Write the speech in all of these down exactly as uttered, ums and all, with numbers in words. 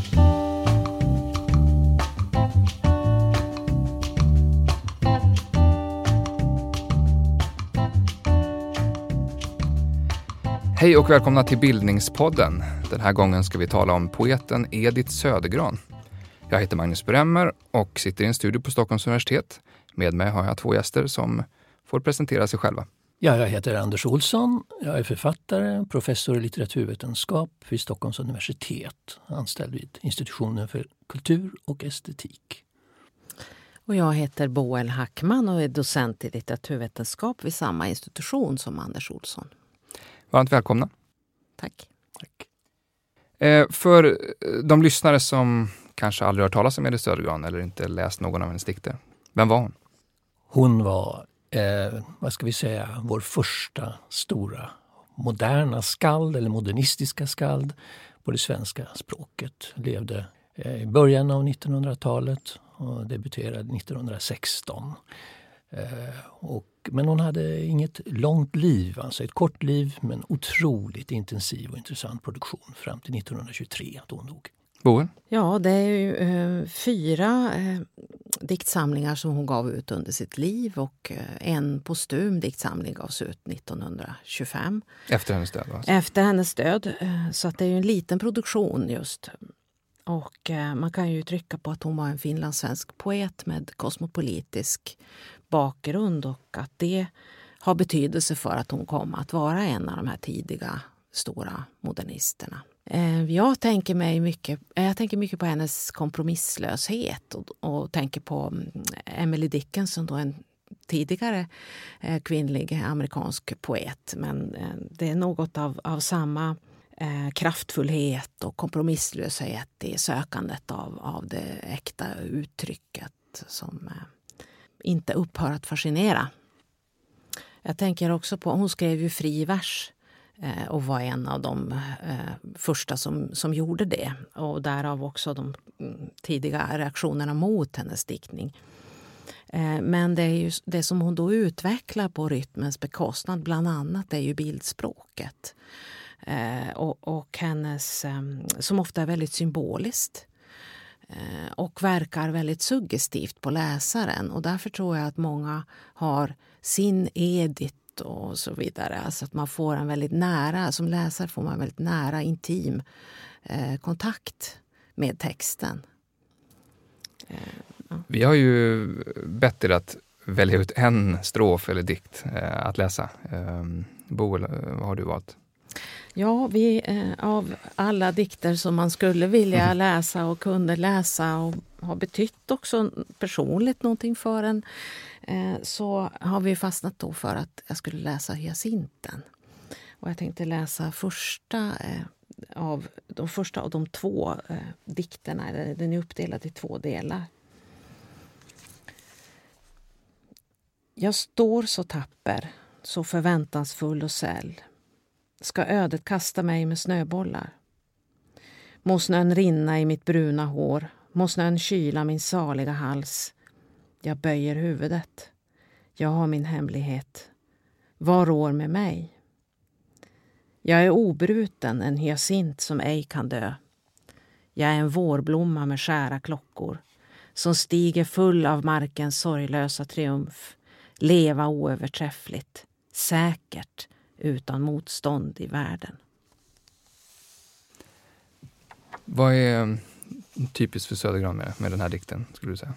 Hej och välkomna till Bildningspodden. Den här gången ska vi tala om poeten Edith Södergran. Jag heter Magnus Bremmer och sitter i en studio på Stockholms universitet. Med mig har jag två gäster som får presentera sig själva. Ja, jag heter Anders Olsson. Jag är författare, professor i litteraturvetenskap vid Stockholms universitet. Anställd vid institutionen för kultur och estetik. Och jag heter Boel Hackman och är docent i litteraturvetenskap vid samma institution som Anders Olsson. Varmt välkomna. Tack. Tack. Eh, för de lyssnare som kanske aldrig har hört talas om Edith Södergran eller inte läst någon av hennes dikter. Vem var hon? Hon var, eh, vad ska vi säga, vår första stora moderna skald eller modernistiska skald på det svenska språket. Levde eh, i början av nittonhundratalet och debuterade nittonhundrasexton. Eh, och, men hon hade inget långt liv, alltså ett kort liv men otroligt intensiv och intressant produktion fram till nittonhundratjugotre då hon dog. Boel? Ja, det är ju eh, fyra eh, diktsamlingar som hon gav ut under sitt liv och eh, en postum diktsamling gavs ut nittonhundratjugofem. Efter hennes död? Alltså. Efter hennes död, eh, så att det är ju en liten produktion just. Och eh, man kan ju trycka på att hon var en finlandssvensk poet med kosmopolitisk bakgrund och att det har betydelse för att hon kom att vara en av de här tidiga stora modernisterna. Eh, jag tänker mig mycket, jag tänker mycket på hennes kompromisslöshet och, och tänker på Emily Dickinson, då en tidigare eh, kvinnlig amerikansk poet, men eh, det är något av, av samma Eh, kraftfullhet och kompromisslöshet i sökandet av, av det äkta uttrycket som eh, inte upphör att fascinera. Jag tänker också på, hon skrev ju fri vers eh, och var en av de eh, första som, som gjorde det. Och därav också de mm, tidiga reaktionerna mot hennes diktning. Eh, men det, är ju, det som hon då utvecklar på rytmens bekostnad bland annat är ju bildspråket. Eh, och, och hennes, eh, som ofta är väldigt symboliskt eh, och verkar väldigt suggestivt på läsaren. Och därför tror jag att många har sin Edith och så vidare. Alltså att man får en väldigt nära, som läsare får man en väldigt nära, intim eh, kontakt med texten. Eh, ja. Vi har ju bett er att välja ut en strof eller dikt eh, att läsa. Eh, Boel, vad har du valt? Ja, vi, eh, av alla dikter som man skulle vilja läsa och kunde läsa och har betytt också personligt någonting för en, eh, så har vi fastnat då för att jag skulle läsa Hyacinten. Och jag tänkte läsa första eh, av de första av de två eh, dikterna. Den är uppdelad i två delar. Jag står så tapper, så förväntansfull och säll. Ska ödet kasta mig med snöbollar? Må snön rinna i mitt bruna hår, må snön kyla min saliga hals. Jag böjer huvudet. Jag har min hemlighet. Vad rår med mig? Jag är obruten, en hyacint som ej kan dö. Jag är en vårblomma med skära klockor, som stiger full av markens sorglösa triumf. Leva oöverträffligt, säkert, utan motstånd i världen. Vad är typiskt för Södergran med, med den här dikten, skulle du säga?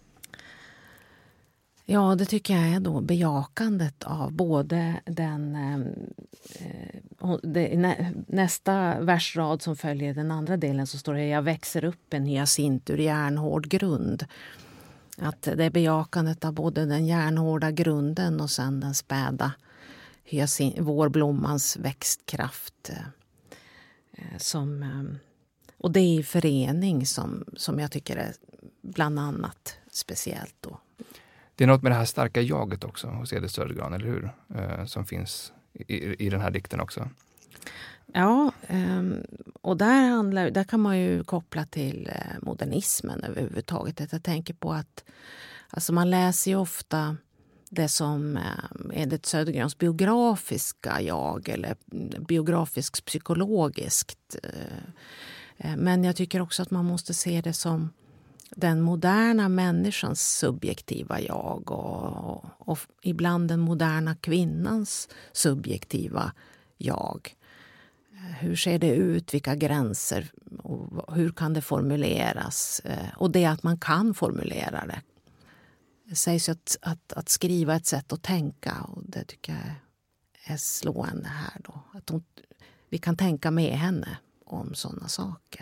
Ja, det tycker jag är då bejakandet av både den eh, det, nä, nästa versrad som följer den andra delen, så står det: jag växer upp en hyacint ur järnhård grund. Att det är bejakandet av både den järnhårda grunden och sen den späda hyacint, vårblommans växtkraft. Eh, som, eh, och det är i förening som, som jag tycker är bland annat speciellt då. Det är något med det här starka jaget också hos Edith Södergran, eller hur? Eh, som finns i, i den här dikten också. Ja, och där, handlar, där kan man ju koppla till modernismen överhuvudtaget. Jag tänker på att alltså man läser ju ofta det som Edith Södergrans biografiska jag eller biografisk psykologiskt Men jag tycker också att man måste se det som den moderna människans subjektiva jag och, och, och ibland den moderna kvinnans subjektiva jag. Hur ser det ut? Vilka gränser? Och hur kan det formuleras? Och det att man kan formulera det. Det sägs att, att, att skriva ett sätt att tänka, och det tycker jag är slående här då. Att hon, vi kan tänka med henne om sådana saker.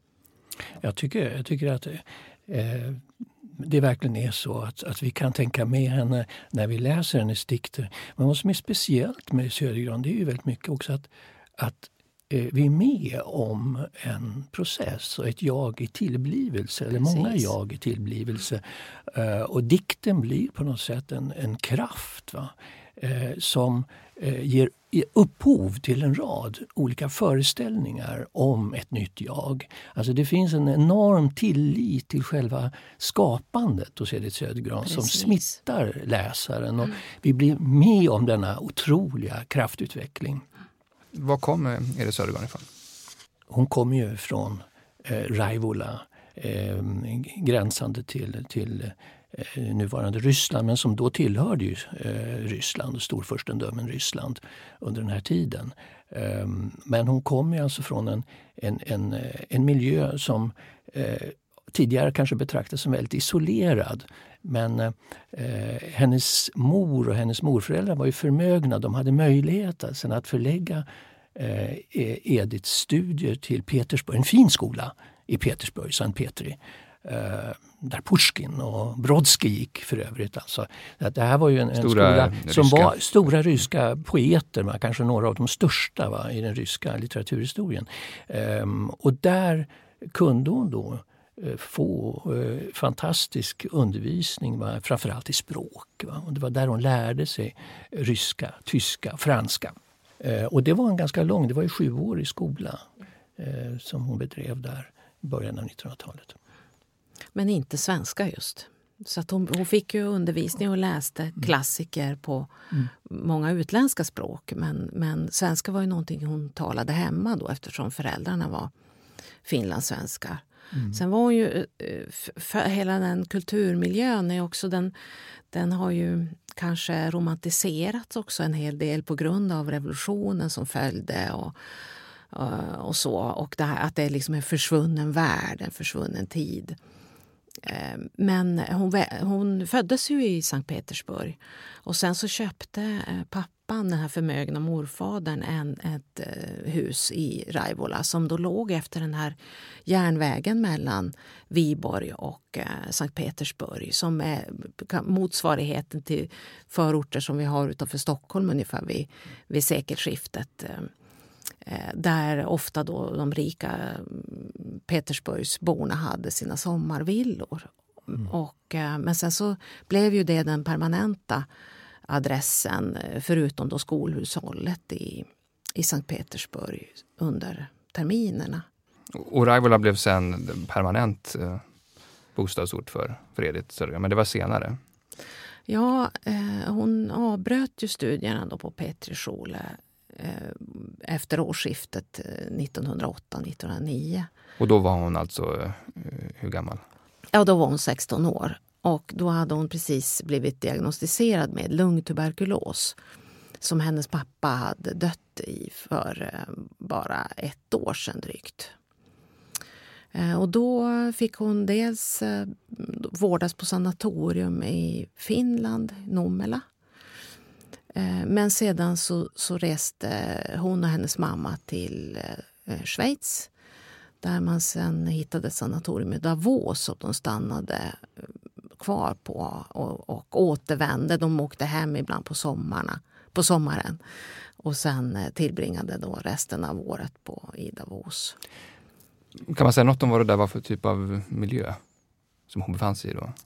Jag tycker, jag tycker att eh, det verkligen är så att, att vi kan tänka med henne när vi läser hennes dikter. Men vad som är speciellt med Södergran, det är ju väldigt mycket också att, att eh, vi är med om en process och ett jag i tillblivelse, eller Precis. många jag i tillblivelse. Eh, och dikten blir på något sätt en, en kraft, va? Eh, som eh, ger upphov till en rad olika föreställningar om ett nytt jag. Alltså det finns en enorm tillit till själva skapandet hos Edith Södergran. Precis. Som smittar läsaren. Och mm. vi blir med om denna otroliga kraftutveckling. Var kommer Edith Södergran ifrån? Hon kommer ju från eh, Raivola, eh, gränsande till... till nuvarande Ryssland, men som då tillhörde ju eh, Ryssland och storfurstendömen Ryssland under den här tiden. Um, men hon kom ju alltså från en, en, en, en miljö som eh, tidigare kanske betraktades som väldigt isolerad. Men eh, hennes mor och hennes morföräldrar var ju förmögna. De hade möjlighet alltså att förlägga eh, Ediths studier till Petersburg, en fin skola i Petersburg, Sankt Petri. Uh, där Pushkin och Brodsky gick för övrigt. Alltså, att det här var ju en, en skola som ryska. var stora ryska poeter, va? Kanske några av de största, va? I den ryska litteraturhistorien. Um, och där kunde hon då uh, få uh, fantastisk undervisning, va? Framförallt i språk. Va? Och det var där hon lärde sig ryska, tyska, franska. Uh, och det var en ganska lång, det var ju sju år i skola uh, som hon bedrev där i början av nittonhundratalet. Men inte svenska just. Så att hon, hon fick ju undervisning och läste klassiker på mm. många utländska språk. Men, men svenska var ju någonting hon talade hemma då, eftersom föräldrarna var finlandssvenskar. Mm. Sen var hon ju, för hela den kulturmiljön är också den, den har ju kanske romantiserats också en hel del på grund av revolutionen som följde och och så, och det här, att det är liksom en försvunnen värld, en försvunnen tid. Men hon, hon föddes ju i Sankt Petersburg, och sen så köpte pappan, den här förmögna morfadern, en, ett hus i Raivola som då låg efter den här järnvägen mellan Viborg och Sankt Petersburg, som är motsvarigheten till förorter som vi har utanför Stockholm ungefär vid, vid sekelskiftet. Där ofta då de rika Petersburgsborna hade sina sommarvillor. Mm. Och, men sen så blev ju det den permanenta adressen, förutom då skolhushållet i, i Sankt Petersburg under terminerna. Och Raivola blev sen permanent eh, bostadsort för, för Edith Södergran, men det var senare. Ja, eh, hon avbröt ju studierna då på Petri Schule efter årsskiftet nittonhundraåtta nittonhundranio. Och då var hon alltså hur gammal? Ja, då var hon sexton år. Och då hade hon precis blivit diagnostiserad med lungtuberkulos, som hennes pappa hade dött i för bara ett år sedan drygt. Och då fick hon dels vårdas på sanatorium i Finland, Nommela. Men sedan så, så reste hon och hennes mamma till eh, Schweiz, där man sen hittade ett sanatorium i Davos och de stannade kvar på och, och återvände. De åkte hem ibland på, sommarna, på sommaren och sen eh, tillbringade då resten av året på, i Davos. Kan man säga något om vad det där var för typ av miljö som hon befann sig i då?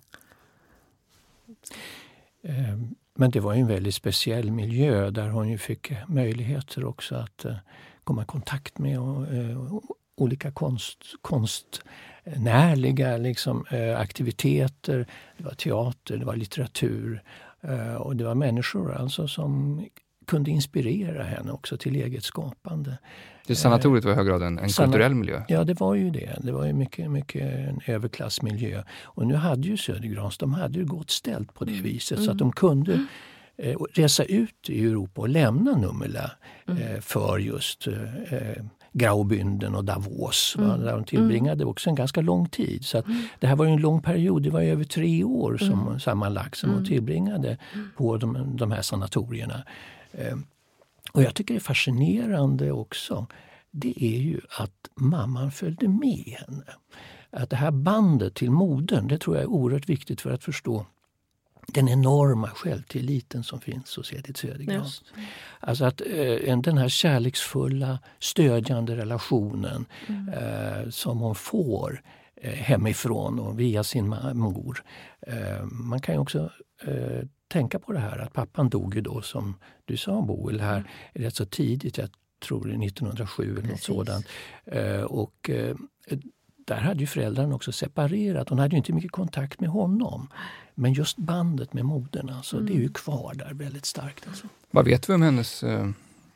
Um. Men det var en väldigt speciell miljö där hon ju fick möjligheter också att uh, komma i kontakt med och, uh, olika konst, konstnärliga liksom, uh, aktiviteter. Det var teater, det var litteratur uh, och det var människor alltså som kunde inspirera henne också till eget skapande. Det sanatoriet var i hög grad en, en Sana- kulturell miljö. Ja, det var ju det. Det var ju mycket, mycket en överklassmiljö. Och nu hade ju Södergrans, de hade ju gått ställt på det viset mm. så att de kunde eh, resa ut i Europa och lämna Numela eh, mm. för just eh, Graubünden och Davos. Mm. Där de tillbringade mm. också en ganska lång tid. Så att mm. det här var ju en lång period. Det var ju över tre år som mm. sammanlagt som mm. de tillbringade mm. på de, de här sanatorierna. Eh, och jag tycker det är fascinerande också. Det är ju att mamman följde med henne. Att det här bandet till modern, det tror jag är oerhört viktigt för att förstå den enorma självtilliten som finns hos Edith Södergran. Alltså att eh, den här kärleksfulla, stödjande relationen mm. eh, som hon får eh, hemifrån och via sin mor. Eh, man kan ju också eh, tänka på det här att pappan dog ju då, som du sa, Boel, här mm. rätt så tidigt, jag tror det nittonhundrasju eller något sådant. Eh, och eh, där hade ju föräldrarna också separerat. Hon hade ju inte mycket kontakt med honom. Men just bandet med modern, alltså, mm. det är ju kvar där väldigt starkt. Alltså. Vad vet vi om hennes eh,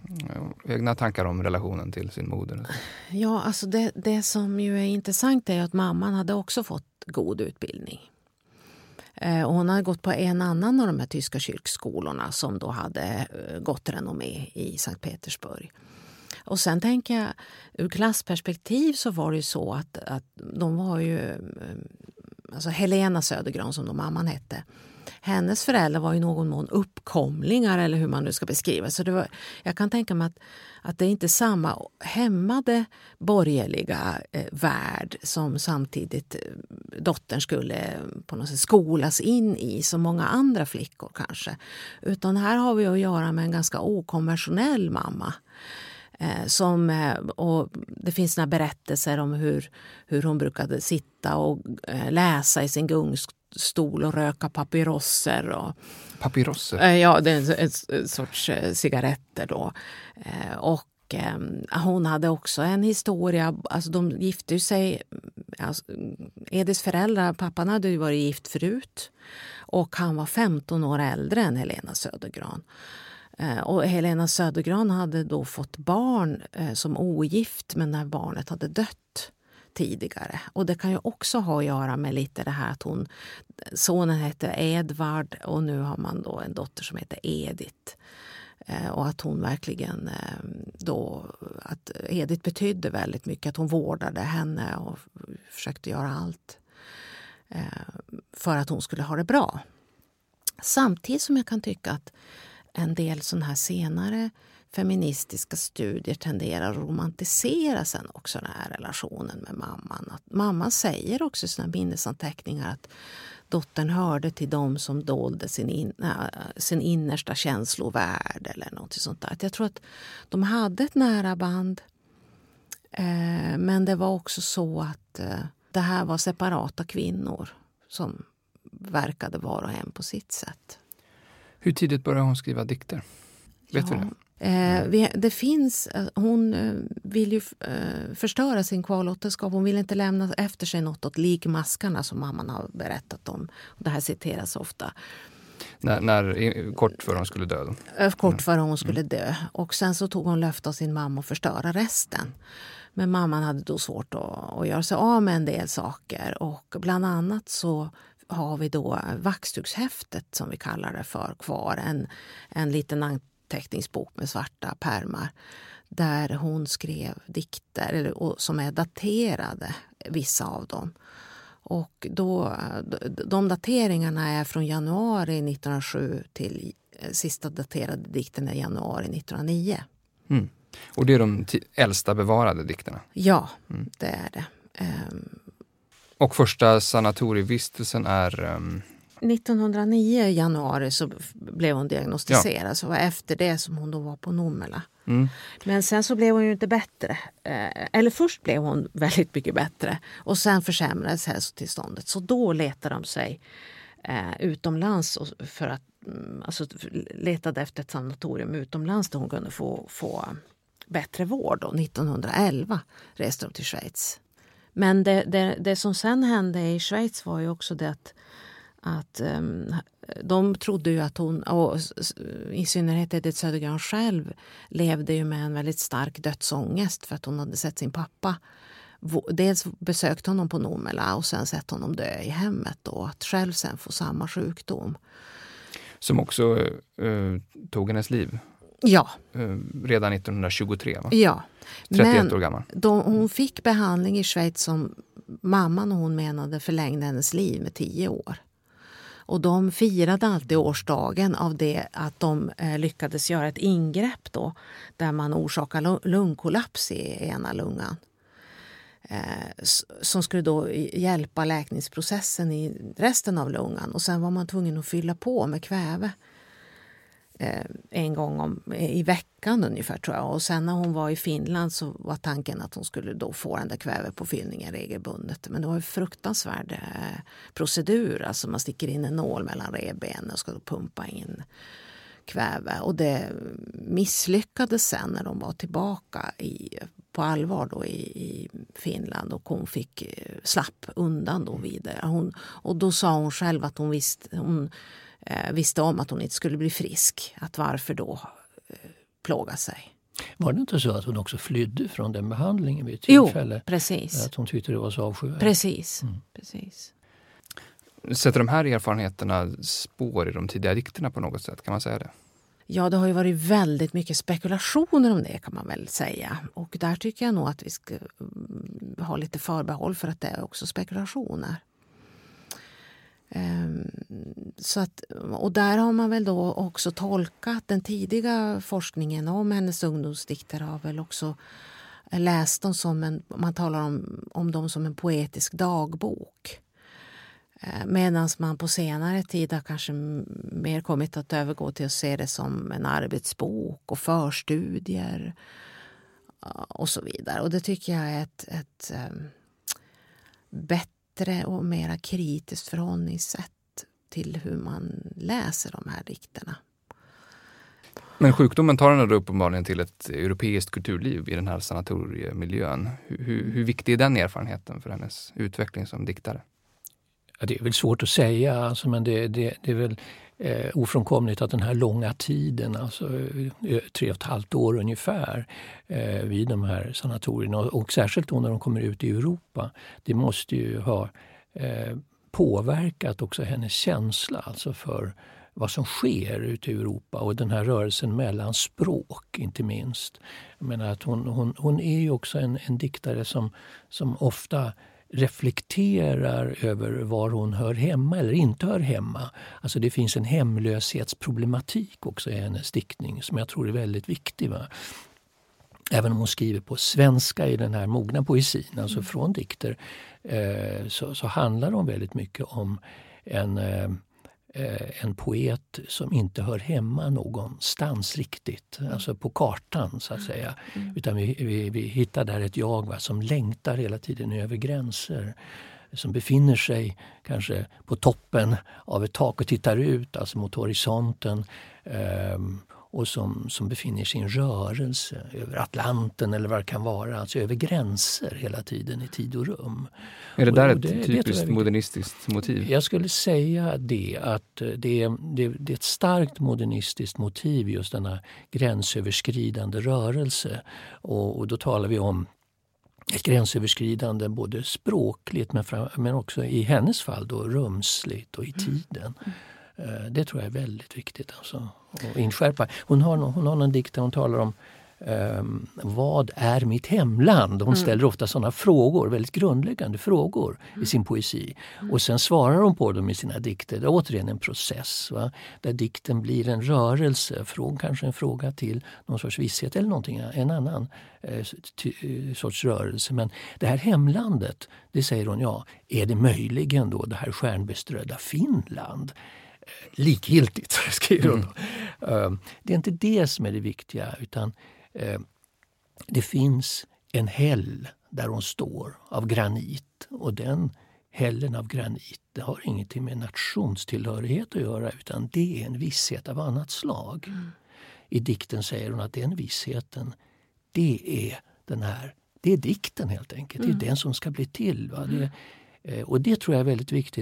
egna tankar om relationen till sin moder? Ja, alltså det, det som ju är intressant är att mamman hade också fått god utbildning. Eh, och hon hade gått på en annan av de här tyska kyrkskolorna som då hade eh, gott renommé i Sankt Petersburg. Och sen tänker jag, ur klassperspektiv så var det ju så att, att de var ju, alltså Helena Södergran som då mamman hette, hennes föräldrar var ju någon mån uppkomlingar eller hur man nu ska beskriva. Så det var, jag kan tänka mig att, att det är inte samma hämmade borgerliga eh, värld som samtidigt eh, dottern skulle på något sätt skolas in i som många andra flickor kanske. Utan här har vi att göra med en ganska okonventionell mamma. Eh, som, eh, och det finns några berättelser om hur, hur hon brukade sitta och eh, läsa i sin gungstol och röka papyrosser. Och, papyrosser? Eh, ja, det är en, en, en sorts eh, cigaretter då. Eh, och eh, hon hade också en historia, alltså de gifte sig, alltså, Ediths föräldrar, pappan hade ju varit gift förut och han var femton år äldre än Helena Södergran. Och Helena Södergran hade då fått barn eh, som ogift, men när barnet hade dött tidigare. Och det kan ju också ha att göra med lite det här att hon, sonen hette Edvard och nu har man då en dotter som heter Edith. Eh, och att hon verkligen eh, då, att Edith betydde väldigt mycket, att hon vårdade henne och försökte göra allt eh, för att hon skulle ha det bra. Samtidigt som jag kan tycka att en del sån här senare feministiska studier tenderar att romantisera sen också den här relationen med mamman. Att mamma säger också i sina minnesanteckningar att dottern hörde till dem som dolde sin, in, äh, sin innersta känslovärld eller något sånt där. Jag tror att de hade ett nära band, eh, men det var också så att eh, det här var separata kvinnor som verkade var och en på sitt sätt. Hur tidigt började hon skriva dikter? Vet ja, du det? Eh, vi, det finns, hon eh, vill ju eh, förstöra sin kvarlåtenskap. Hon vill inte lämna efter sig något åt likmaskarna som mamman har berättat om. Det här citeras ofta. När, när, kort före hon skulle dö? Då. Kort före hon skulle dö. Och sen så tog hon löfte av sin mamma att förstöra resten. Men mamman hade då svårt att, att göra sig av med en del saker. Och bland annat så har vi då vaxdukshäftet som vi kallar det för kvar. En, en liten anteckningsbok med svarta pärmar. Där hon skrev dikter eller, och, som är daterade, vissa av dem. Och då, de dateringarna är från januari nittonhundrasju till sista daterade dikten är januari nittonhundranio. Mm. Och det är de t- äldsta bevarade dikterna? Ja, mm. det är det. Um, Och första sanatorievistelsen är... Um... nittonhundranio i januari så blev hon diagnostiserad. Ja. Så var efter det som hon då var på Numela. Mm. Men sen så blev hon ju inte bättre. Eh, eller först blev hon väldigt mycket bättre. Och sen försämrades hälsotillståndet. Så då letade de sig eh, utomlands för att alltså, letade efter ett sanatorium utomlands där hon kunde få, få bättre vård. Och nittonhundraelva reste de till Schweiz. Men det, det, det som sen hände i Schweiz var ju också det att, att um, de trodde ju att hon, och i synnerhet Edith Södergran själv, levde ju med en väldigt stark dödsångest för att hon hade sett sin pappa. Dels besökt honom på Nomela och sen sett honom dö i hemmet och att själv sen få samma sjukdom. Som också uh, tog hennes liv? Ja. Uh, redan nittonhundratjugotre, va? Ja. trettioett Men år gammal. De, hon fick behandling i Schweiz som mamman och hon menade förlängde hennes liv med tio år. Och de firade alltid årsdagen av det att de eh, lyckades göra ett ingrepp då, där man orsakar lungkollaps i ena lungan. Eh, som skulle då hjälpa läkningsprocessen i resten av lungan. Och sen var man tvungen att fylla på med kväve. Eh, en gång om, i veckan ungefär, tror jag. Och sen när hon var i Finland så var tanken att hon skulle då få den där kvävepåfyllningen regelbundet. Men det var en fruktansvärd eh, procedur. Alltså man sticker in en nål mellan revbenen och ska då pumpa in kväve. Och det misslyckades sen när de var tillbaka i, på allvar då i, i Finland. Och hon fick eh, slapp undan då vidare. Hon, och då sa hon själv att hon visste... Hon, Eh, visste om att hon inte skulle bli frisk. Att varför då eh, plåga sig. Var det inte så att hon också flydde från den behandlingen vid ett tillfälle? Jo, precis. Att hon tyckte det var så avskyvärt. Precis, mm. precis. Sätter de här erfarenheterna spår i de tidiga dikterna på något sätt? Kan man säga det? Ja, det har ju varit väldigt mycket spekulationer om det, kan man väl säga. Och där tycker jag nog att vi ska ha lite förbehåll för att det är också spekulationer. Så att, och där har man väl då också tolkat den tidiga forskningen om hennes ungdomsdikter, har väl också läst dem som en, man talar om, om dem som en poetisk dagbok. Medan man på senare tid har kanske mer kommit att övergå till att se det som en arbetsbok och förstudier och så vidare. Och det tycker jag är ett, ett bättre och mera kritiskt förhållningssätt till hur man läser de här dikterna. Men sjukdomen tar henne då uppenbarligen till ett europeiskt kulturliv i den här sanatoriemiljön. Hur, hur, hur viktig är den erfarenheten för hennes utveckling som diktare? Ja, det är väl svårt att säga, alltså, men det, det, det är väl eh, ofrånkomligt att den här långa tiden, alltså tre och ett halvt år ungefär, eh, vid de här sanatorierna, och, och särskilt då när de kommer ut i Europa, det måste ju ha eh, påverkat också hennes känsla, alltså för vad som sker ute i Europa, och den här rörelsen mellan språk inte minst. Jag menar att hon, hon, hon är ju också en, en diktare som, som ofta reflekterar över var hon hör hemma eller inte hör hemma. Alltså det finns en hemlöshetsproblematik också i hennes diktning som jag tror är väldigt viktig. Va? Även om hon skriver på svenska i den här mogna poesin, alltså från dikter, eh, så, så handlar de väldigt mycket om en, eh, en poet som inte hör hemma någonstans riktigt, alltså på kartan så att säga. Mm. Utan vi, vi, vi hittar där ett jag, va, som längtar hela tiden över gränser, som befinner sig kanske på toppen av ett tak och tittar ut, alltså mot horisonten, eh, och som, som befinner sig i en rörelse över Atlanten eller vad det kan vara, alltså över gränser hela tiden i tid och rum. Är det där och, ett och det, typiskt det modernistiskt motiv? Jag skulle säga det, att det är, det, det är ett starkt modernistiskt motiv, just denna gränsöverskridande rörelse. Och, och då talar vi om ett gränsöverskridande både språkligt men, fram, men också i hennes fall då rumsligt och i tiden. Mm. Det tror jag är väldigt viktigt alltså, att inskärpa. Hon har, hon har en dikt där hon talar om um, vad är mitt hemland? Hon ställer ofta sådana frågor, väldigt grundläggande frågor i sin poesi. Och sen svarar hon på dem i sina dikter. Det är återigen en process, va? Där dikten blir en rörelse från kanske en fråga till någon sorts visshet eller någonting, en annan eh, ty, sorts rörelse. Men det här hemlandet, det säger hon, ja, är det möjligen då det här stjärnbeströdda Finland? Likgiltigt, skriver hon. Mm. Det är inte det som är det viktiga, utan eh, det finns en häll där hon står av granit, och den hällen av granit, det har ingenting med nationstillhörighet att göra, utan det är en visshet av annat slag. Mm. I dikten säger hon att den vissheten, det är den här, det är dikten helt enkelt. Mm. Det är den som ska bli till. Va? Det, eh, och det tror jag är väldigt viktigt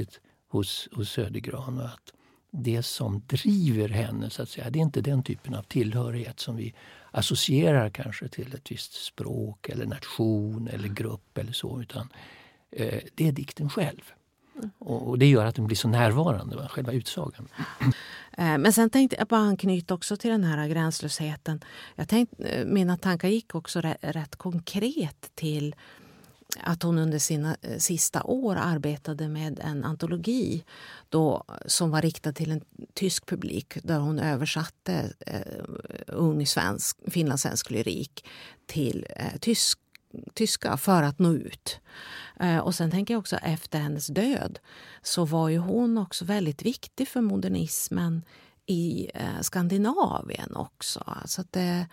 hos, hos Södergran. Att det som driver henne, så att säga, det är inte den typen av tillhörighet som vi associerar kanske till ett visst språk eller nation eller grupp eller så, utan eh, det är dikten själv. Mm. Och, och det gör att den blir så närvarande, va? Själva utsagan. Men sen tänkte jag bara anknyta också till den här gränslösheten. Jag tänkte, mina tankar gick också rätt, rätt konkret till att hon under sina sista år arbetade med en antologi då, som var riktad till en tysk publik, där hon översatte eh, ung svensk, finlandssvensk lyrik till eh, tysk, tyska för att nå ut. Eh, och sen tänker jag också efter hennes död så var ju hon också väldigt viktig för modernismen i eh, Skandinavien också. Alltså att det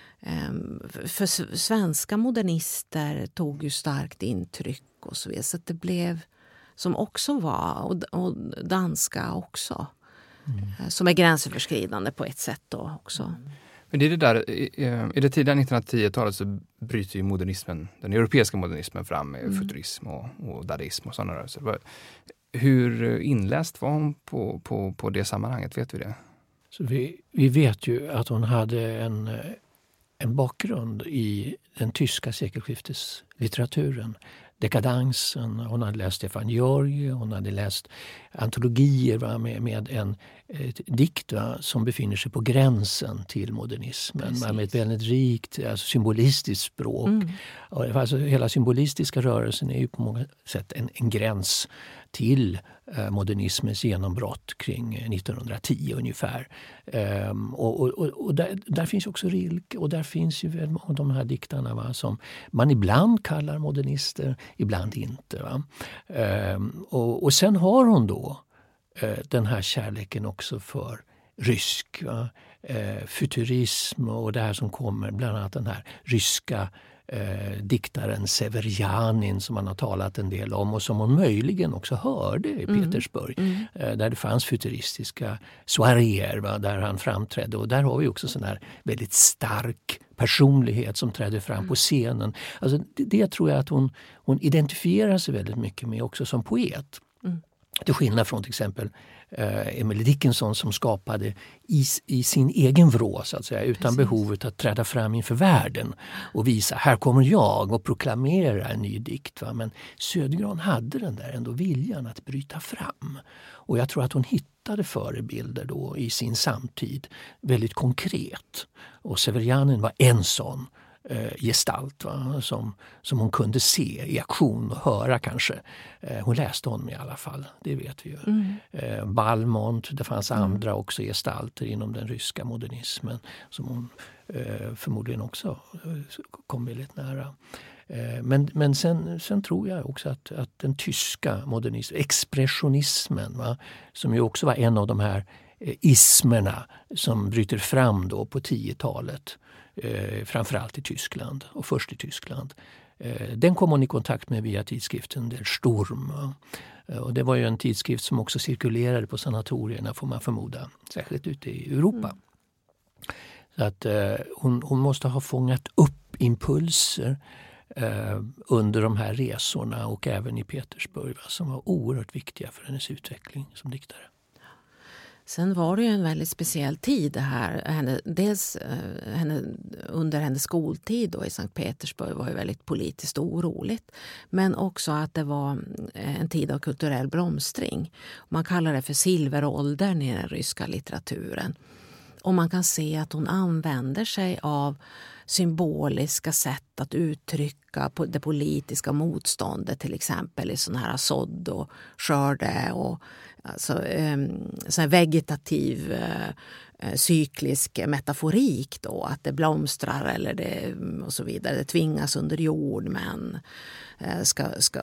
För svenska modernister tog ju starkt intryck och så vidare. Så att det blev, som också var, och, och danska också. Mm. Som är gränsöverskridande på ett sätt då också. Men det är det där, i det tidiga nittonhundratiotalet så bryter ju modernismen, den europeiska modernismen fram med mm. futurism och, och dadaism och sådana rörelser. Hur inläst var hon på, på, på det sammanhanget, vet vi det? Så vi, vi vet ju att hon hade en... en bakgrund i den tyska sekelskiftslitteraturen. Dekadansen, hon hade läst Stefan Georg, hon hade läst antologier, va, med, med en ett dikt, va, som befinner sig på gränsen till modernismen. Va, med ett väldigt rikt alltså symbolistiskt språk. Mm. Alltså, hela symbolistiska rörelsen är ju på många sätt en, en gräns till eh, modernismens genombrott kring nittonhundratio ungefär. Um, och och, och där, där finns också Rilke, och där finns ju väl de här diktarna, va, som man ibland kallar modernister, ibland inte. Va? Um, och, och sen har hon då uh, den här kärleken också för rysk, va? Uh, futurism och det här som kommer, bland annat den här ryska Eh, diktaren Severjanin som man har talat en del om och som hon möjligen också hörde i mm. Petersburg. Mm. Eh, där det fanns futuristiska soiréer, va, där han framträdde. Och där har vi också sån här väldigt stark personlighet som trädde fram mm. på scenen. Alltså det, det tror jag att hon, hon identifierar sig väldigt mycket med också som poet. Mm. Till skillnad från till exempel eh, Emily Dickinson som skapade i, i sin egen vrå, så att säga, utan Precis. behovet att träda fram inför världen och visa, här kommer jag, och proklamera en ny dikt. Va? Men Södergran hade den där ändå viljan att bryta fram. Och jag tror att hon hittade förebilder då i sin samtid väldigt konkret. Och Severjanin var en sån Eh, gestalt, va? Som, som hon kunde se i aktion och höra kanske. Eh, hon läste honom i alla fall, det vet vi ju. Mm. Eh, Balmont, det fanns mm. andra också gestalter inom den ryska modernismen som hon eh, förmodligen också eh, kom väldigt nära. Eh, men men sen, sen tror jag också att, att den tyska modernismen, expressionismen, va? Som ju också var en av de här eh, ismerna som bryter fram då på tiotalet. Eh, framförallt i Tyskland och först i Tyskland. Eh, den kom hon i kontakt med via tidskriften Der Sturm. Eh, och det var ju en tidskrift som också cirkulerade på sanatorierna, får man förmoda, särskilt ute i Europa. Mm. Så att eh, hon, hon måste ha fångat upp impulser eh, under de här resorna och även i Petersburg, va, som var oerhört viktiga för hennes utveckling som diktare. Sen var det ju en väldigt speciell tid det här. Henne, dels eh, henne, under hennes skoltid då i Sankt Petersburg var ju väldigt politiskt oroligt. Men också att det var en tid av kulturell blomstring. Man kallar det för silveråldern i den ryska litteraturen. Och man kan se att hon använder sig av symboliska sätt att uttrycka det politiska motståndet, till exempel i sån här sådd och skörde och alltså, um, sån här vegetativ uh, cyklisk metaforik då, att det blomstrar eller det, och så vidare, det tvingas under jord, men uh, ska, ska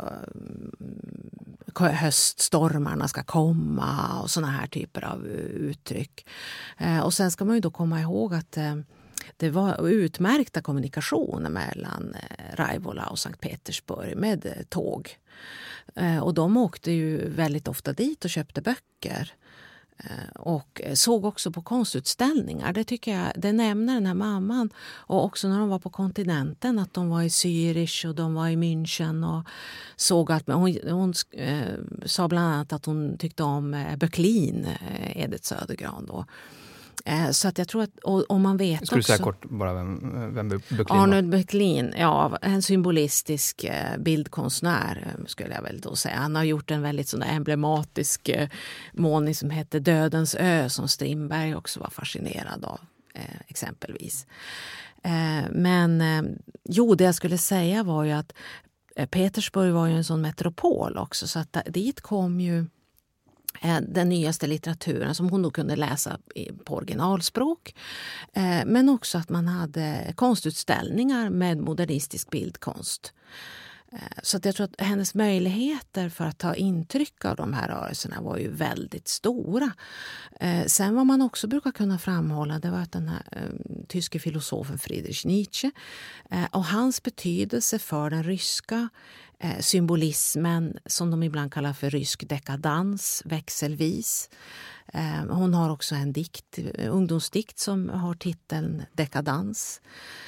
um, höststormarna ska komma och såna här typer av uttryck. Uh, och sen ska man ju då komma ihåg att uh, det var utmärkta kommunikationer mellan Raivola och Sankt Petersburg med tåg. Och de åkte ju väldigt ofta dit och köpte böcker. Och såg också på konstutställningar. Det tycker jag, det nämner den här mamman. Och också när de var på kontinenten, att de var i Zürich och de var i München och såg att hon, hon eh, sa bland annat att hon tyckte om eh, Böcklin, eh, Edith Södergran då. Eh, så att jag tror att, och, och man vet Skulle också... du säga kort bara vem, vem Böcklin var? Arnold Böcklin, ja, en symbolistisk eh, bildkonstnär eh, skulle jag väl då säga. Han har gjort en väldigt sån där emblematisk eh, målning som heter Dödens ö, som Strindberg också var fascinerad av, eh, exempelvis. Eh, men eh, jo, det jag skulle säga var ju att eh, Petersburg var ju en sån metropol också, så att dit kom ju den nyaste litteraturen som hon då kunde läsa på originalspråk. Men också att man hade konstutställningar med modernistisk bildkonst. Så att jag tror att hennes möjligheter för att ta intryck av de här rörelserna var ju väldigt stora. Sen vad man också brukar kunna framhålla, det var att den här tyske filosofen Friedrich Nietzsche och hans betydelse för den ryska symbolismen, som de ibland kallar för rysk dekadans, växelvis. Hon har också en dikt, ungdomsdikt som har titeln Dekadans.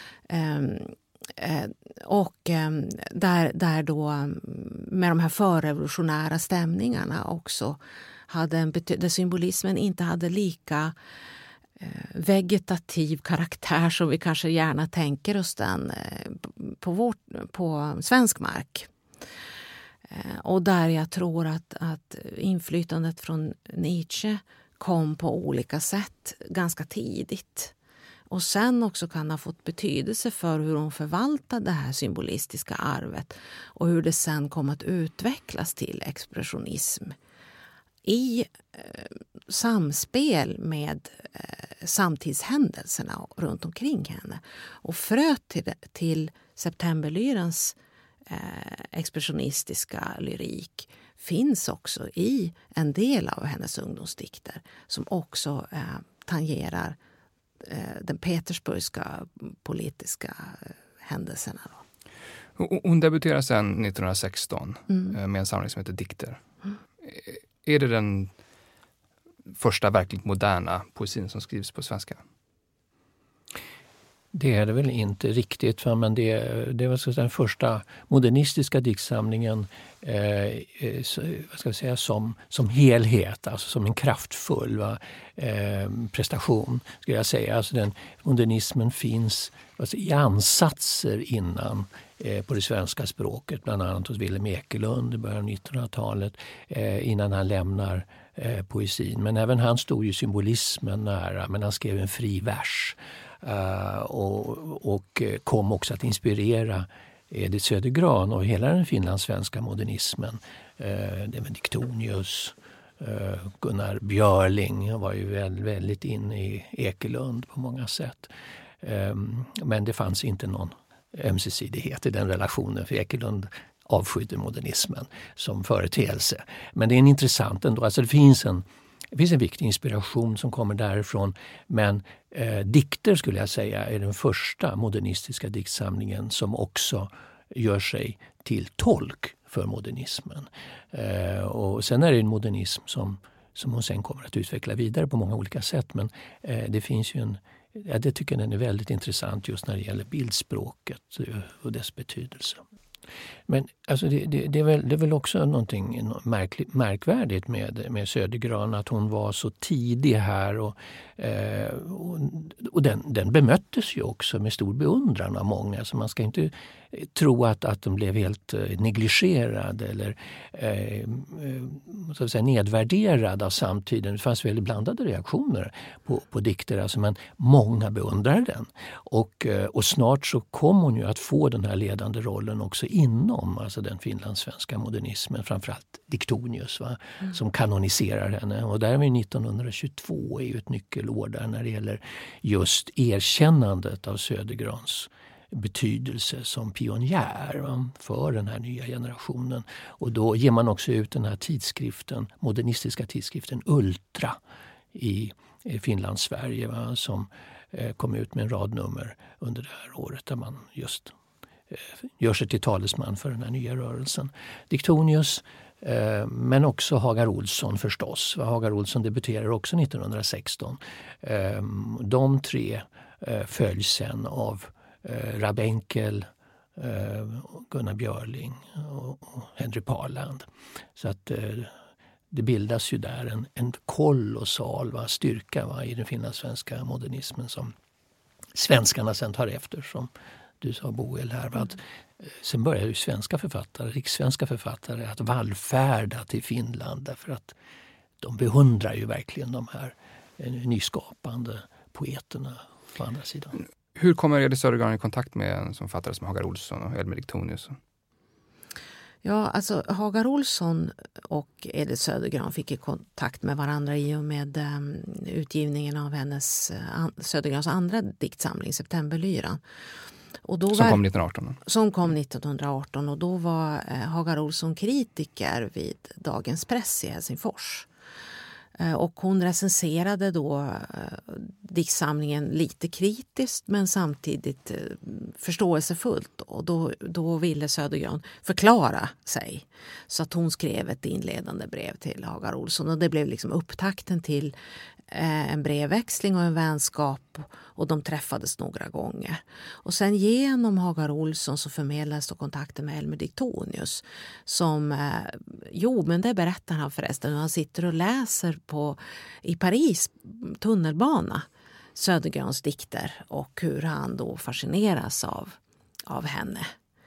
Och där, där då med de här förrevolutionära stämningarna också hade en bety- där symbolismen inte hade lika vegetativ karaktär som vi kanske gärna tänker oss den på, vårt, på svensk mark. Och där jag tror att, att inflytandet från Nietzsche kom på olika sätt ganska tidigt. Och sen också kan ha fått betydelse för hur hon förvaltade det här symbolistiska arvet och hur det sen kom att utvecklas till expressionism i eh, samspel med eh, samtidshändelserna runt omkring henne. Och fröet till, till septemberlyrans eh, expressionistiska lyrik finns också i en del av hennes ungdomsdikter som också eh, tangerar eh, den petersburgska politiska eh, händelserna. Då. Hon debuterar sedan nittonhundrasexton mm. med en samling som heter Dikter. Mm. Är det den första verkligt moderna poesin som skrivs på svenska? Det är det väl inte riktigt, men det, det var den första modernistiska diktsamlingen eh, vad ska jag säga, som, som helhet, alltså som en kraftfull va, eh, prestation, skulle jag säga. Alltså den, modernismen finns alltså, i ansatser innan eh, på det svenska språket, bland annat hos Wilhelm Ekelund i början av nittonhundratalet, eh, innan han lämnar eh, poesin. Men även han stod ju symbolismen nära, men han skrev en fri vers. Uh, och, och kom också att inspirera Edith Södergran och hela den finlandssvenska modernismen. Uh, det med Diktonius, uh, Gunnar Björling var ju väldigt, väldigt inne i Ekelund på många sätt. Um, men det fanns inte någon ömsesidighet i den relationen, för Ekelund avskydde modernismen som företeelse. Men det är en intressant ändå, alltså det finns en Det finns en viktig inspiration som kommer därifrån, men eh, dikter skulle jag säga är den första modernistiska diktsamlingen som också gör sig till tolk för modernismen. Eh, och sen är det en modernism som, som hon sen kommer att utveckla vidare på många olika sätt, men eh, det finns ju en, ja, det tycker jag den är väldigt intressant just när det gäller bildspråket och dess betydelse. Men alltså det, det, det, är väl, det är väl också någonting märkligt, märkvärdigt med, med Södergran, att hon var så tidig här och, eh, och, och den, den bemöttes ju också med stor beundran av många, så man ska inte tro att, att de blev helt eh, negligerade eller eh, så att säga, nedvärderade av samtiden. Det fanns väldigt blandade reaktioner på, på dikter, alltså, men många beundrade den. Och, eh, och snart så kom hon ju att få den här ledande rollen också inom alltså den finlandssvenska modernismen, framförallt Diktonius va, mm. som kanoniserar henne. Och där är vi nittonhundratjugotvå är ju ett nyckelår där när det gäller just erkännandet av Södergrans betydelse som pionjär va, för den här nya generationen. Och då ger man också ut den här tidskriften, modernistiska tidskriften Ultra i, i Finland, Sverige va, som eh, kom ut med en rad nummer under det här året där man just gör sig till talesman för den här nya rörelsen. Diktonius Eh, men också Hagar Olsson förstås. Hagar Olsson debuterar också nittonhundrasexton. Eh, de tre eh, följs sen av eh, Rabenkel, eh, Gunnar Björling och, och Henry Parland. Så att eh, det bildas ju där en, en kolossal va, styrka va, i den finlandssvenska modernismen som svenskarna sen tar efter, som du sa Boel här. Att, sen börjar ju svenska författare, rikssvenska författare att vallfärda till Finland därför att de beundrar ju verkligen de här nyskapande poeterna på andra sidan. Hur kommer Edith Södergran i kontakt med en som författare som Hagar Olsson och Elmer Diktonius? Ja, alltså Hagar Olsson och Edith Södergran fick i kontakt med varandra i och med um, utgivningen av hennes uh, Södergrans andra diktsamling, Septemberlyran. Och då som var, kom nittonhundraarton. Som kom nittonhundraarton och då var eh, Hagar Olsson kritiker vid Dagens Press i Helsingfors. Eh, och hon recenserade då eh, diktsamlingen lite kritiskt men samtidigt eh, förståelsefullt. Och då, då ville Södergran förklara sig. Så att hon skrev ett inledande brev till Hagar Olsson och det blev liksom upptakten till en brevväxling och en vänskap och de träffades några gånger. Och sen genom Hagar Olsson så förmedlades då kontakten med Elmer Diktonius som, eh, jo men det berättar han förresten, han sitter och läser på i Paris tunnelbana Södergrans dikter och hur han då fascineras av, av henne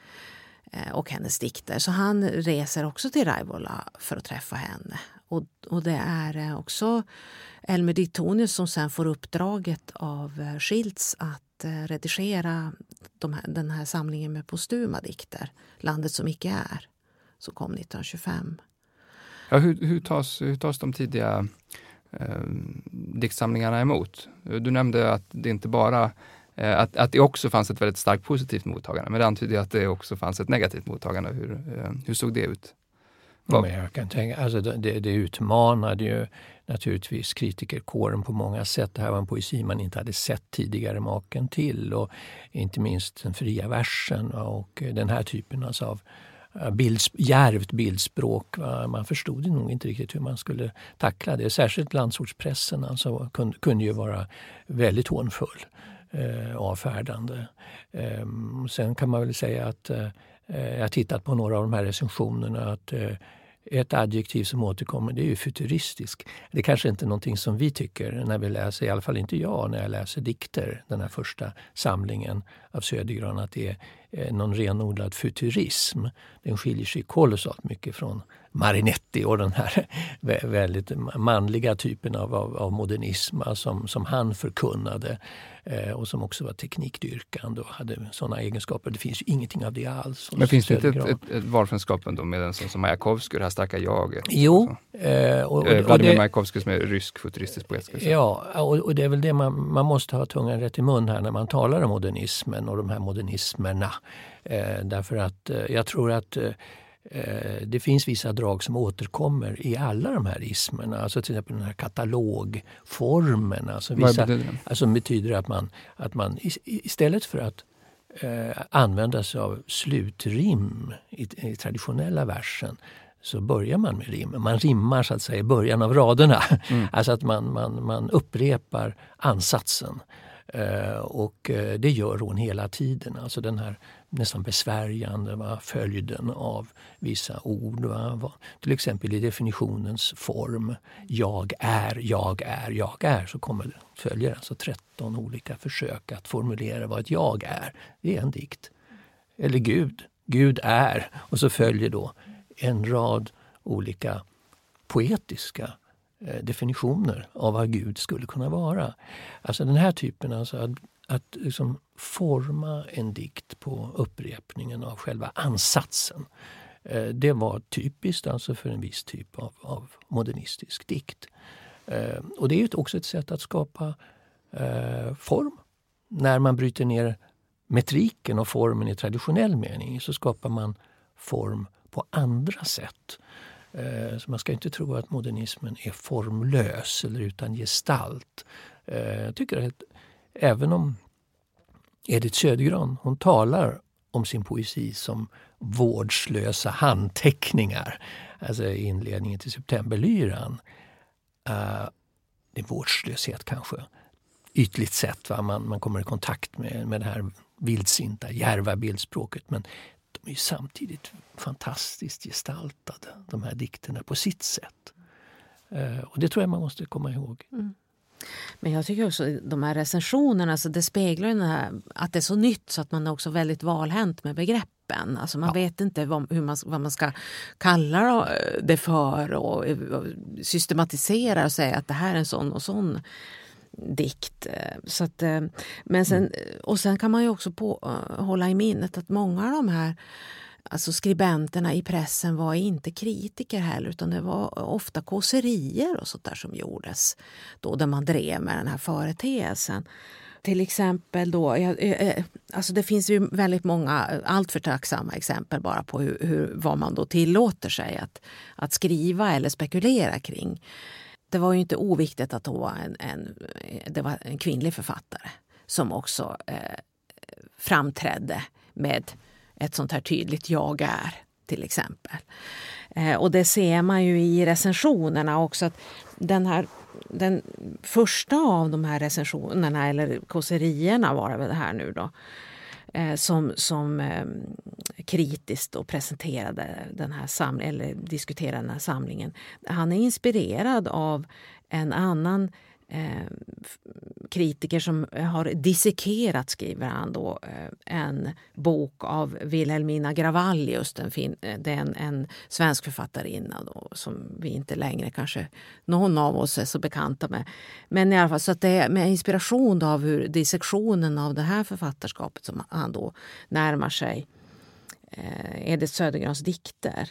eh, och hennes dikter. Så han reser också till Raivola för att träffa henne. Och, och det är också Elmer Diktonius som sen får uppdraget av Schiltz att redigera de här, den här samlingen med postuma dikter, Landet som icke är, som kom nittonhundratjugofem. Ja, hur, hur, tas, hur tas de tidiga eh, diktsamlingarna emot? Du nämnde att det inte bara eh, att, att det också fanns ett väldigt starkt positivt mottagande, men det antyder att det också fanns ett negativt mottagande. Hur, eh, hur såg det ut? Ja, men jag kan tänka, alltså det, det utmanade ju naturligtvis kritikerkåren på många sätt. Det här var en poesi man inte hade sett tidigare maken till och inte minst den fria versen och den här typen av bilds, djärvt bildspråk. Va? Man förstod nog inte riktigt hur man skulle tackla det. Särskilt landsortspressen alltså, kunde, kunde ju vara väldigt hånfull, eh, avfärdande. Eh, sen kan man väl säga att eh, jag har tittat på några av de här recensionerna att eh, ett adjektiv som återkommer det är ju futuristisk. Det är kanske inte någonting som vi tycker när vi läser, i alla fall inte jag när jag läser dikter, den här första samlingen av Södergran, att det är eh, någon renodlad futurism. Den skiljer sig kolossalt mycket från Marinetti och den här väldigt manliga typen av, av, av modernism som, som han förkunnade eh, och som också var teknikdyrkande och hade sådana egenskaper. Det finns ju ingenting av det alls. Men finns det inte ett, ett, ett valfränskap ändå med den som, som Majakovskij, det här starka jaget? Jo. Eh, och, och, Vladimir och det, Majakovskij som är rysk futuristisk poet. Ja, och, och det är väl det man, man måste ha tungan rätt i mun här när man talar om modernismen och de här modernismerna. Eh, därför att eh, jag tror att eh, det finns vissa drag som återkommer i alla de här ismerna. Alltså till exempel den här katalogformen. Alltså vissa, betyder det? Alltså betyder att man, att man istället för att eh, använda sig av slutrim i, i traditionella versen så börjar man med rim. Man rimmar så att säga i början av raderna. Mm. Alltså att man, man, man upprepar ansatsen. Uh, och uh, det gör hon hela tiden. Alltså den här nästan besvärjande va, följden av vissa ord. Va, va, till exempel i definitionens form. Jag är, jag är, jag är. Så kommer det följer alltså tretton olika försök att formulera vad ett jag är. Det är en dikt. Eller Gud. Gud är. Och så följer då en rad olika poetiska definitioner av vad Gud skulle kunna vara. Alltså den här typen, alltså att, att liksom forma en dikt på upprepningen av själva ansatsen. Eh, det var typiskt alltså för en viss typ av, av modernistisk dikt. Eh, och det är ju också ett sätt att skapa eh, form. När man bryter ner metriken och formen i traditionell mening så skapar man form på andra sätt. Så man ska inte tro att modernismen är formlös eller utan gestalt. Jag tycker att även om Edith Södergran, hon talar om sin poesi som vårdslösa handteckningar. Alltså inledningen till Septemberlyran. Uh, det är vårdslöshet kanske. Ytligt sett, va? Man, man kommer i kontakt med, med det här vildsinta, djärva bildspråket. Men de är ju samtidigt fantastiskt gestaltade, de här dikterna på sitt sätt. Uh, och det tror jag man måste komma ihåg. Mm. Men jag tycker också de här recensionerna, alltså det speglar ju den här, att det är så nytt så att man är också väldigt valhänt med begreppen. Alltså man ja. vet inte vad, hur man, vad man ska kalla det för och, och systematisera och säga att det här är en sån och sån dikt. Så att, men sen, och sen kan man ju också på, hålla i minnet att många av de här alltså skribenterna i pressen var inte kritiker heller, utan det var ofta kåserier och sånt där som gjordes då, där man drev med den här företeelsen. Till exempel då, alltså det finns ju väldigt många allt för tacksamma exempel bara på hur, hur, vad man då tillåter sig att, att skriva eller spekulera kring. Det var ju inte oviktigt att det var en, en, det var en kvinnlig författare som också eh, framträdde med ett sånt här tydligt jag är, till exempel. Eh, och det ser man ju i recensionerna också, att den här den första av de här recensionerna eller kåserierna var det väl det här nu då, eh, som, som eh, kritiskt då presenterade den här samlingen eller diskuterade den här samlingen. Han är inspirerad av en annan eh, kritiker som har dissekerat, skriver han då, en bok av Wilhelmina Gravallius, den fin- det är en, en svensk författarinna då, som vi inte längre kanske någon av oss är så bekanta med. Men i alla fall så att det är med inspiration av hur dissektionen av det här författarskapet som han då närmar sig eh, Edith Södergrans dikter.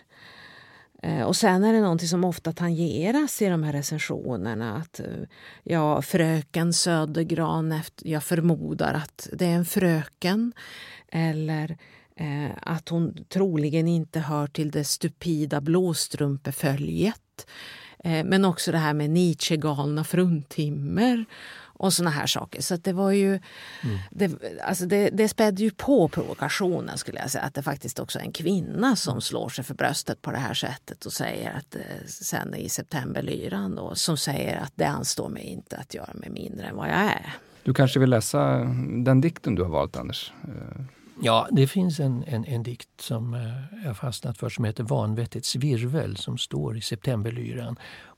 Och sen är det någonting som ofta tangeras i de här recensionerna, att ja, fröken Södergran, efter, jag förmodar att det är en fröken, eller eh, att hon troligen inte hör till det stupida blåstrumpeföljet, eh, men också det här med Nietzsche-galna fruntimmer och såna här saker. Så att det var ju mm. det, alltså det, det spädde ju på provokationen, skulle jag säga, att det faktiskt också är en kvinna som slår sig för bröstet på det här sättet och säger att sen i Septemberlyran då, som säger att det anstår mig inte att göra mig mindre än vad jag är. Du kanske vill läsa den dikten du har valt, Anders? Ja, det finns en, en, en dikt som jag har fastnat för som heter Vanvettets virvel, som står i Septemberlyran.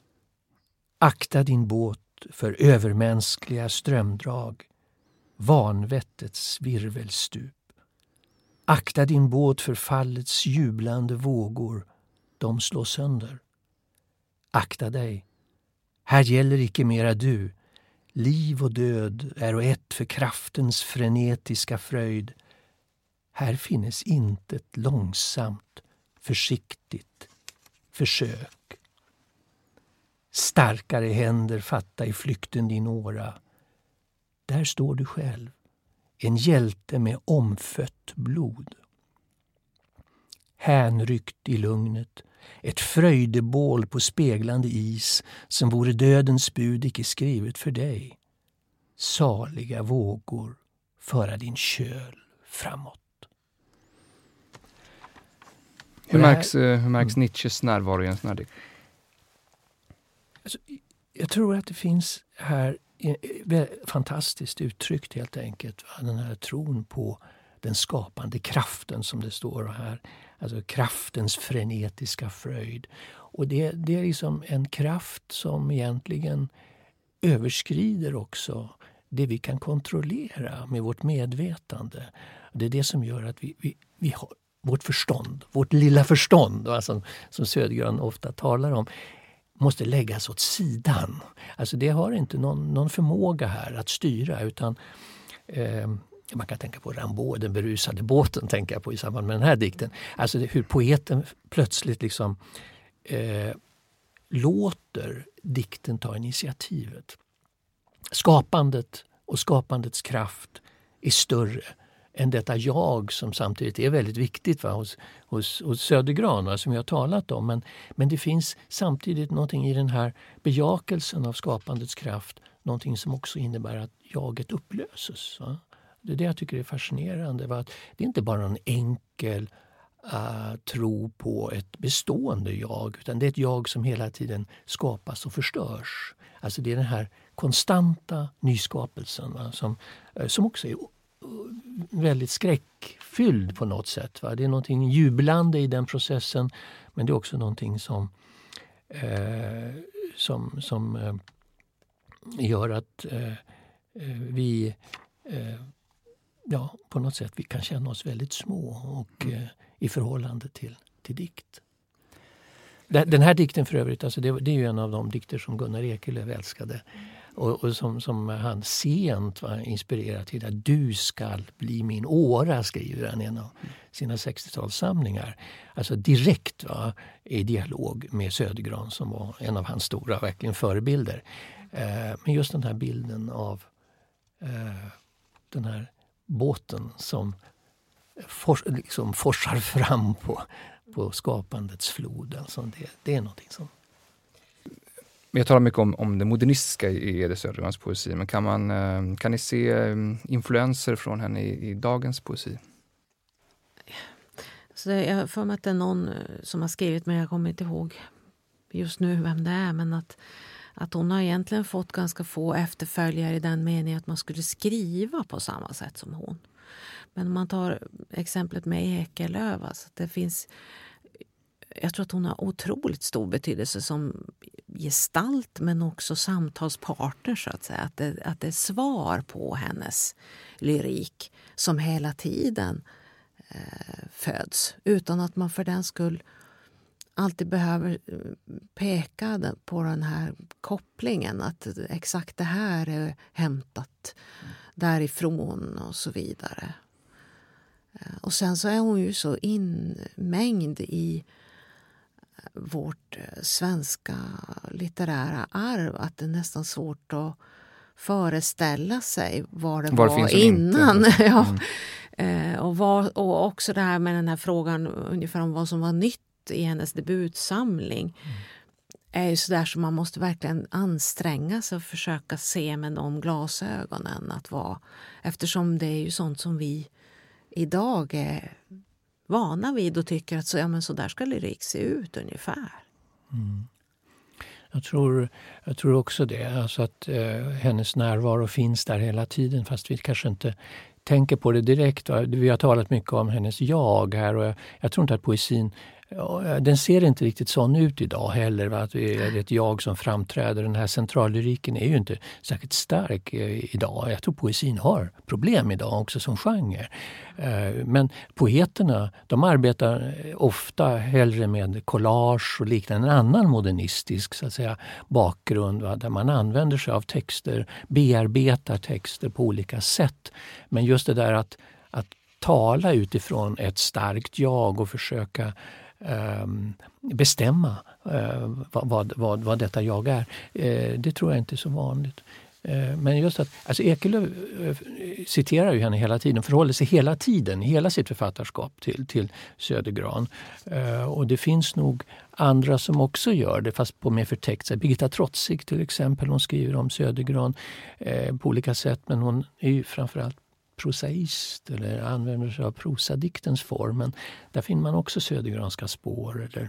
Akta din båt för övermänskliga strömdrag, vanvettets virvelstup. Akta din båt för fallets jublande vågor, de slår sönder. Akta dig, här gäller icke mera du. Liv och död är och ett för kraftens frenetiska fröjd. Här finnes inte ett långsamt, försiktigt försök. Starkare händer fatta i flykten din åra. Där står du själv, en hjälte med omfött blod. Hänryckt i lugnet, ett fröjdebål på speglande is som vore dödens bud icke skrivet för dig. Saliga vågor föra din köl framåt. Hur märks, hur märks Nietzsches närvaro i en sån här dikt? Alltså, jag tror att det finns här fantastiskt uttryckt helt enkelt. Den här tron på den skapande kraften som det står här. Alltså kraftens frenetiska fröjd. Och det, det är liksom en kraft som egentligen överskrider också det vi kan kontrollera med vårt medvetande. Det är det som gör att vi, vi, vi har vårt förstånd, vårt lilla förstånd, alltså, som Södergran ofta talar om, måste läggas åt sidan. Alltså det har inte någon, någon förmåga här att styra, utan eh, man kan tänka på Rimbaud, den berusade båten, tänker jag på i samband med den här dikten. Alltså det, hur poeten plötsligt liksom eh, låter dikten ta initiativet. Skapandet och skapandets kraft är större än detta jag som samtidigt är väldigt viktigt, va, hos, hos, hos Södergran, va, som jag har talat om. Men, men det finns samtidigt någonting i den här bejakelsen av skapandets kraft, någonting som också innebär att jaget upplöses. Va? Det är det jag tycker är fascinerande. Va? Att det är inte bara en enkel uh, tro på ett bestående jag, utan det är ett jag som hela tiden skapas och förstörs. Alltså det är den här konstanta nyskapelsen, va, som, uh, som också är väldigt skräckfylld på något sätt. Va? Det är någonting jublande i den processen, men det är också någonting som, eh, som, som eh, gör att eh, vi eh, ja, på något sätt vi kan känna oss väldigt små och, eh, i förhållande till, till dikt. Den här dikten för övrigt, alltså det, det är ju en av de dikter som Gunnar Ekelöf älskade. Och, och som, som han sent var inspirerad till att du skall bli min åra, skriver han i en av sina sextiotalssamlingar. Alltså direkt, va, i dialog med Södergran som var en av hans stora verkligen förebilder. Eh, men just den här bilden av eh, den här båten som for, liksom forsar fram på, på skapandets flod. Alltså det, det är någonting som... Jag talar mycket om, om det modernistiska i Edith Södergrans poesi, men kan, man, kan ni se influenser från henne i, i dagens poesi? Så jag får mig att det är någon som har skrivit, men jag kommer inte ihåg just nu vem det är, men att, att hon har egentligen fått ganska få efterföljare i den meningen att man skulle skriva på samma sätt som hon. Men om man tar exemplet med Ekelöf, alltså det finns... Jag tror att hon har otroligt stor betydelse som gestalt, men också samtalspartner, så att säga. Att det, att det är svar på hennes lyrik som hela tiden eh, föds. Utan att man för den skull alltid behöver peka på den här kopplingen. Att exakt det här är hämtat därifrån och så vidare. Och sen så är hon ju så inmängd i vårt svenska litterära arv att det är nästan svårt att föreställa sig vad det var, var det innan. ja. mm. och, var, och också det här med den här frågan ungefär om vad som var nytt i hennes debutsamling mm. är ju sådär som man måste verkligen anstränga sig och försöka se med de glasögonen att vara, eftersom det är ju sånt som vi idag är vana vid och tycker att så, ja, men så där ska lyrik se ut ungefär. Mm. Jag, tror, jag tror också det. Alltså att eh, hennes närvaro finns där hela tiden, fast vi kanske inte tänker på det direkt. Va? Vi har talat mycket om hennes jag här, och jag, jag tror inte att poesin, ja, den ser inte riktigt sån ut idag heller. Va? Att det är ett jag som framträder. Den här centrallyriken är ju inte särskilt stark eh, idag. Jag tror poesin har problem idag också som genre. Eh, men poeterna, de arbetar ofta hellre med collage och liknande, en annan modernistisk, så att säga, bakgrund, va? Där man använder sig av texter, bearbetar texter på olika sätt. Men just det där att, att tala utifrån ett starkt jag och försöka Um, bestämma uh, vad, vad, vad detta jag är. Uh, det tror jag inte är så vanligt. Uh, men just att, alltså Ekelöf uh, citerar ju henne hela tiden, förhåller sig hela tiden, hela sitt författarskap till, till Södergran. Uh, och det finns nog andra som också gör det, fast på mer förtäckt sätt. Birgitta Trotzig till exempel, hon skriver om Södergran uh, på olika sätt, men hon är ju framförallt prosaist eller använder sig av prosadiktens form. Men där finner man också södergranska spår, eller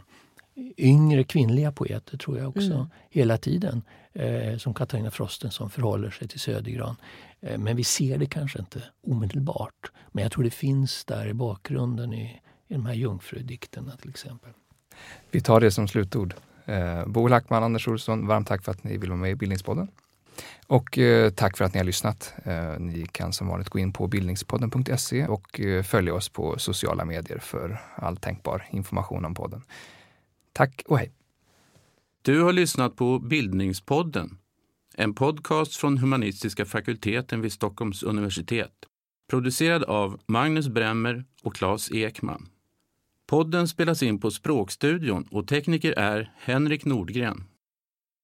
yngre kvinnliga poeter tror jag också mm. hela tiden. Eh, som Katarina Frosten som förhåller sig till Södergran. Eh, men vi ser det kanske inte omedelbart. Men jag tror det finns där i bakgrunden i, i de här jungfrudikterna till exempel. Vi tar det som slutord. Eh, Bo Lackman, Anders Olsson, varmt tack för att ni vill vara med i Bildningspodden. Och eh, tack för att ni har lyssnat. Eh, ni kan som vanligt gå in på bildningspodden punkt se och eh, följa oss på sociala medier för all tänkbar information om podden. Tack och hej! Du har lyssnat på Bildningspodden, en podcast från Humanistiska fakulteten vid Stockholms universitet. Producerad av Magnus Bremmer och Claes Ekman. Podden spelas in på Språkstudion och tekniker är Henrik Nordgren.